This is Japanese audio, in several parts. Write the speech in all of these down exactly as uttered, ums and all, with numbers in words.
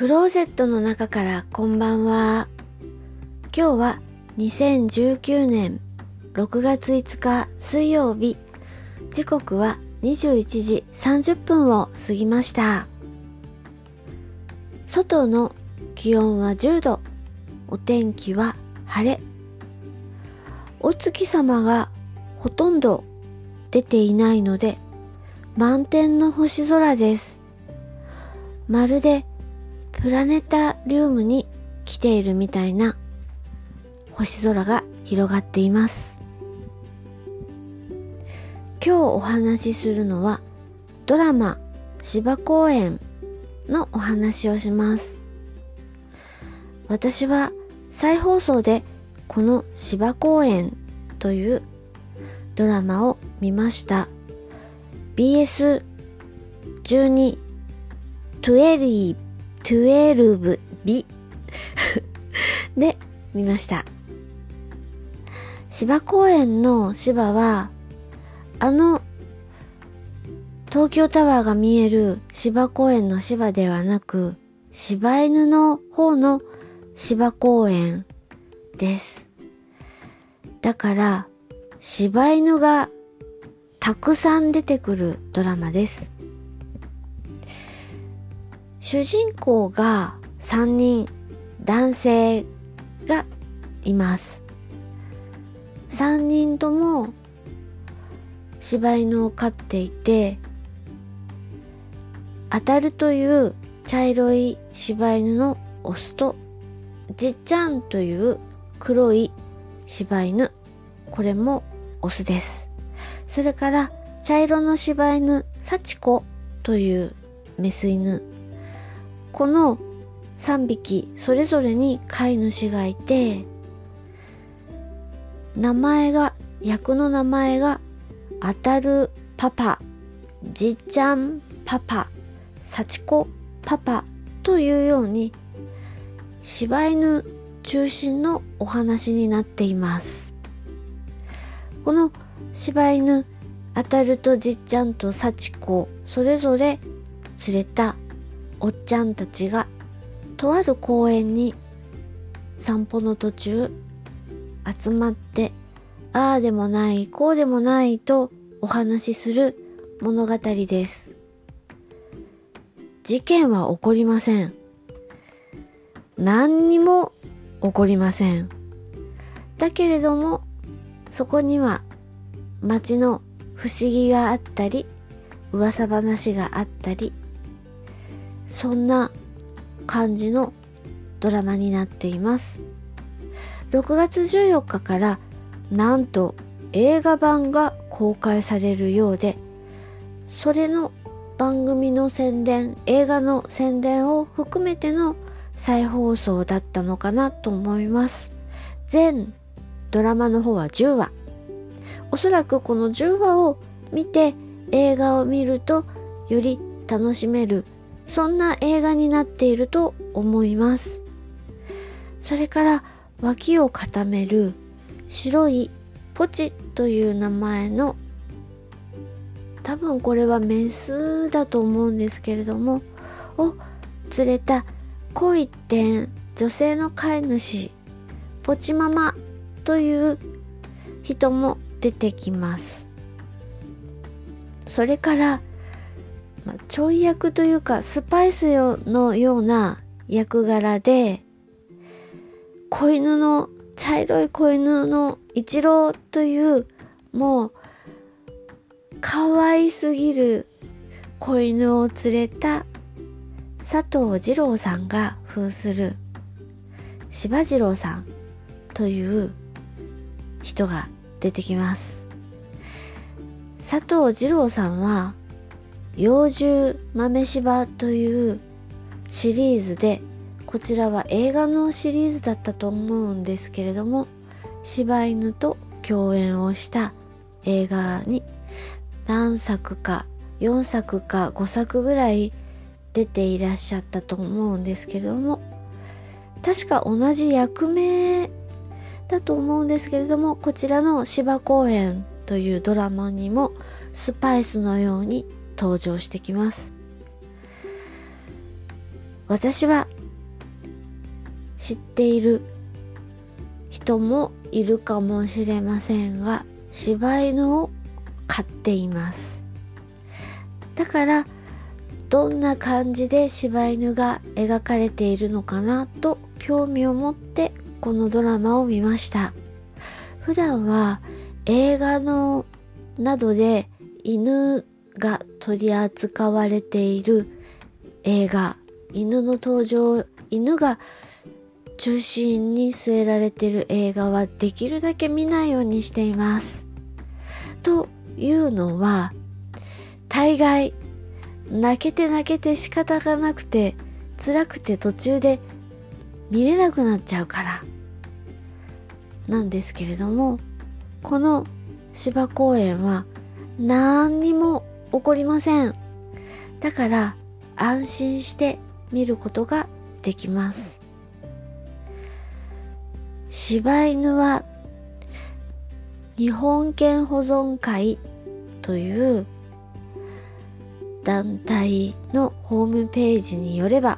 クローゼットの中からこんばんは。今日はにせんじゅうきゅうねんろくがついつか水曜日、時刻はにじゅういちじさんじゅっぷんを過ぎました。外の気温はじゅうど、お天気は晴れ。お月様がほとんど出ていないので満天の星空です。まるでプラネタリウムに来ているみたいな星空が広がっています。今日お話しするのはドラマ芝公園のお話をします。私は再放送でこの芝公園というドラマを見ました。ビーエスじゅうに じゅうに じゅうに で見ました。芝公園の芝はあの東京タワーが見える芝公園の芝ではなく、柴犬の方の芝公園です。だから柴犬がたくさん出てくるドラマです。主人公がさんにん男性がいます。さんにんとも柴犬を飼っていて、当たるという茶色い柴犬のオスとじっちゃんという黒い柴犬、これもオスです。それから茶色の柴犬幸子というメス犬、このさんびきそれぞれに飼い主がいて、名前が役の名前が当たるパパ、じっちゃんパパ、幸子パパというように柴犬中心のお話になっています。この柴犬当たるとじっちゃんと幸子、それぞれ連れたおっちゃんたちがとある公園に散歩の途中集まって、ああでもないこうでもないとお話しする物語です。事件は起こりません。何にも起こりません。だけれどもそこには街の不思議があったり、噂話があったり、そんな感じのドラマになっています。ろくがつじゅうよっかからなんと映画版が公開されるようで、それの番組の宣伝、映画の宣伝を含めての再放送だったのかなと思います。全ドラマの方はじゅうわ。おそらくこのじゅうわを見て映画を見るとより楽しめる、そんな映画になっていると思います。それから脇を固める白いポチという名前の、多分これはメスだと思うんですけれども、を連れた濃い点女性の飼い主ポチママという人も出てきます。それからまあ、ちょい役というかスパイスのような役柄で、子犬の茶色い子犬の一郎というもう可愛すぎる子犬を連れた佐藤二郎さんが扮する柴次郎さんという人が出てきます。佐藤二郎さんは幼獣豆柴というシリーズで、こちらは映画のシリーズだったと思うんですけれども、柴犬と共演をした映画に何作かよんさくかごさくぐらい出ていらっしゃったと思うんですけれども、確か同じ役名だと思うんですけれども、こちらの芝公園というドラマにもスパイスのように登場してきます。 私は知っている人もいるかもしれませんが、柴犬を飼っています。だからどんな感じで柴犬が描かれているのかなと興味を持ってこのドラマを見ました。普段は映画のなどで犬が取り扱われている映画、犬の登場、犬が中心に据えられている映画はできるだけ見ないようにしています。というのは、大概泣けて泣けて仕方がなくて辛くて途中で見れなくなっちゃうからなんですけれども、この芝公園は何にも起こりません。だから安心して見ることができます。柴犬は日本犬保存会という団体のホームページによれば、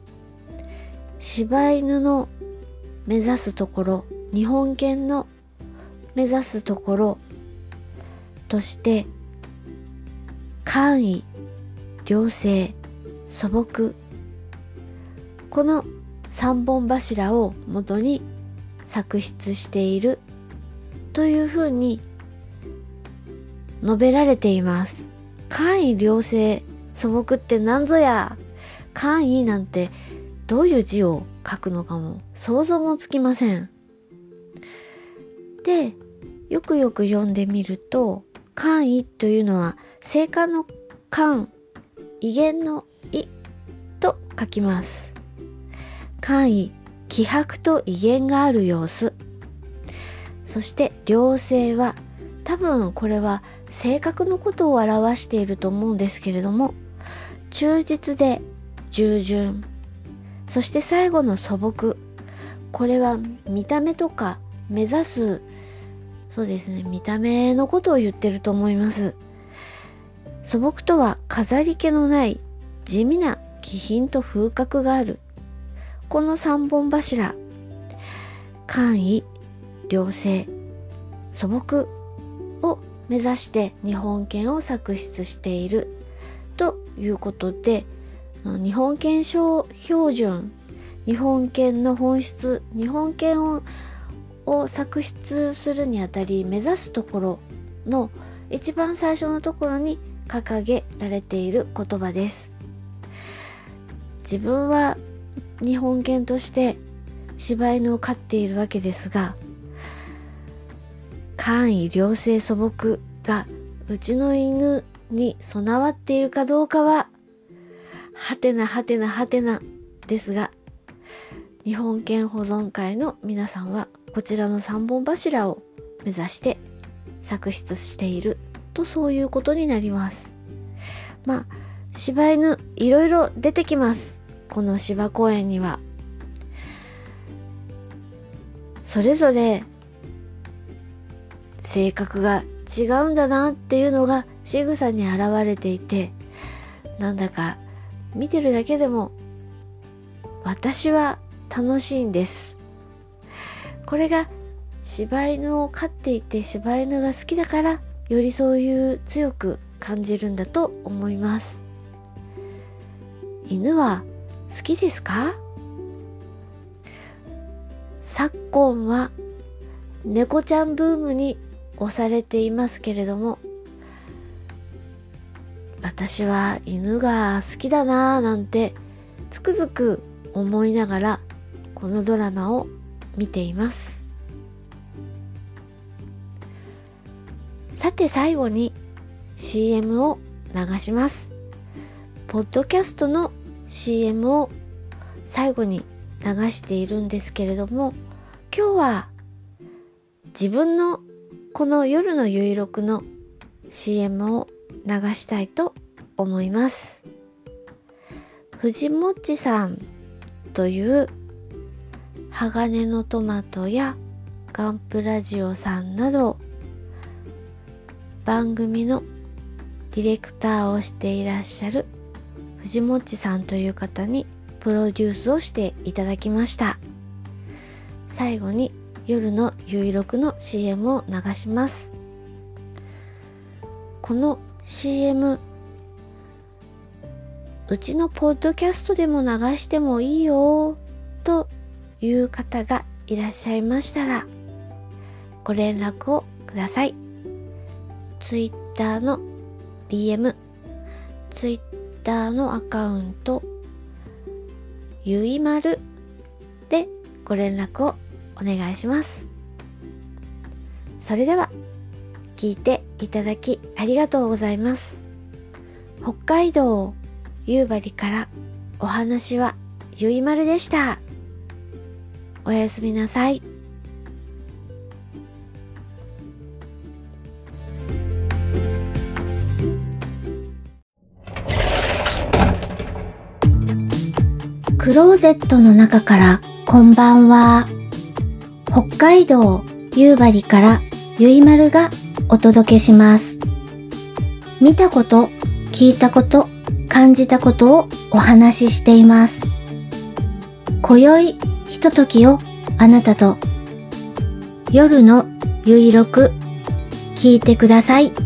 柴犬の目指すところ、日本犬の目指すところとして、簡易、良性、素朴、この三本柱を元に作出しているというふうに述べられています。簡易、良性、素朴って何ぞや。簡易なんてどういう字を書くのかも想像もつきません。で、よくよく読んでみると、簡易というのは聖火の簡、威厳の威と書きます。簡易、気迫と威厳がある様子。そして良性は、多分これは性格のことを表していると思うんですけれども、忠実で従順。そして最後の素朴、これは見た目とか目指す、そうですね、見た目のことを言ってると思います。素朴とは飾り気のない地味な気品と風格がある。この三本柱、簡易、良性、素朴を目指して日本犬を作出しているということで、日本犬標準、日本犬の本質、日本犬をを作出するにあたり目指すところの一番最初のところに掲げられている言葉です。自分は日本犬として柴犬を飼っているわけですが、簡易、良性、素朴がうちの犬に備わっているかどうかははてなはてなはてなですが、日本犬保存会の皆さんはこちらの三本柱を目指して作出していると、そういうことになります。まあ柴犬いろいろ出てきます。この芝公園にはそれぞれ性格が違うんだなっていうのが仕草に現れていて、なんだか見てるだけでも私は楽しいんです。これが柴犬を飼っていて柴犬が好きだから、よりそういう強く感じるんだと思います。犬は好きですか？昨今は猫ちゃんブームに押されていますけれども、私は犬が好きだなぁなんてつくづく思いながらこのドラマを見ています。さて最後に シーエム を流します。ポッドキャストの シーエム を最後に流しているんですけれども、今日は自分のこの夜のゆいろくの シーエム を流したいと思います。藤もっちさんという鋼のトマトやガンプラジオさんなど番組のディレクターをしていらっしゃる藤もっちさんという方にプロデュースをしていただきました。最後に夜のゆいろくの シーエム を流します。この シーエム、うちのポッドキャストでも流してもいいよという方がいらっしゃいましたら、ご連絡をください。ツイッターの ディーエム、ツイッターのアカウント、ゆいまるでご連絡をお願いします。それでは、聞いていただきありがとうございます。北海道夕張からお話はゆいまるでした。おやすみなさい。 クローゼットの中からこんばんは。北海道夕張からゆいまるがお届けします。見たこと、聞いたこと、感じたことをお話ししています。今宵ひとときをあなたと、夜のゆいろく聞いてください。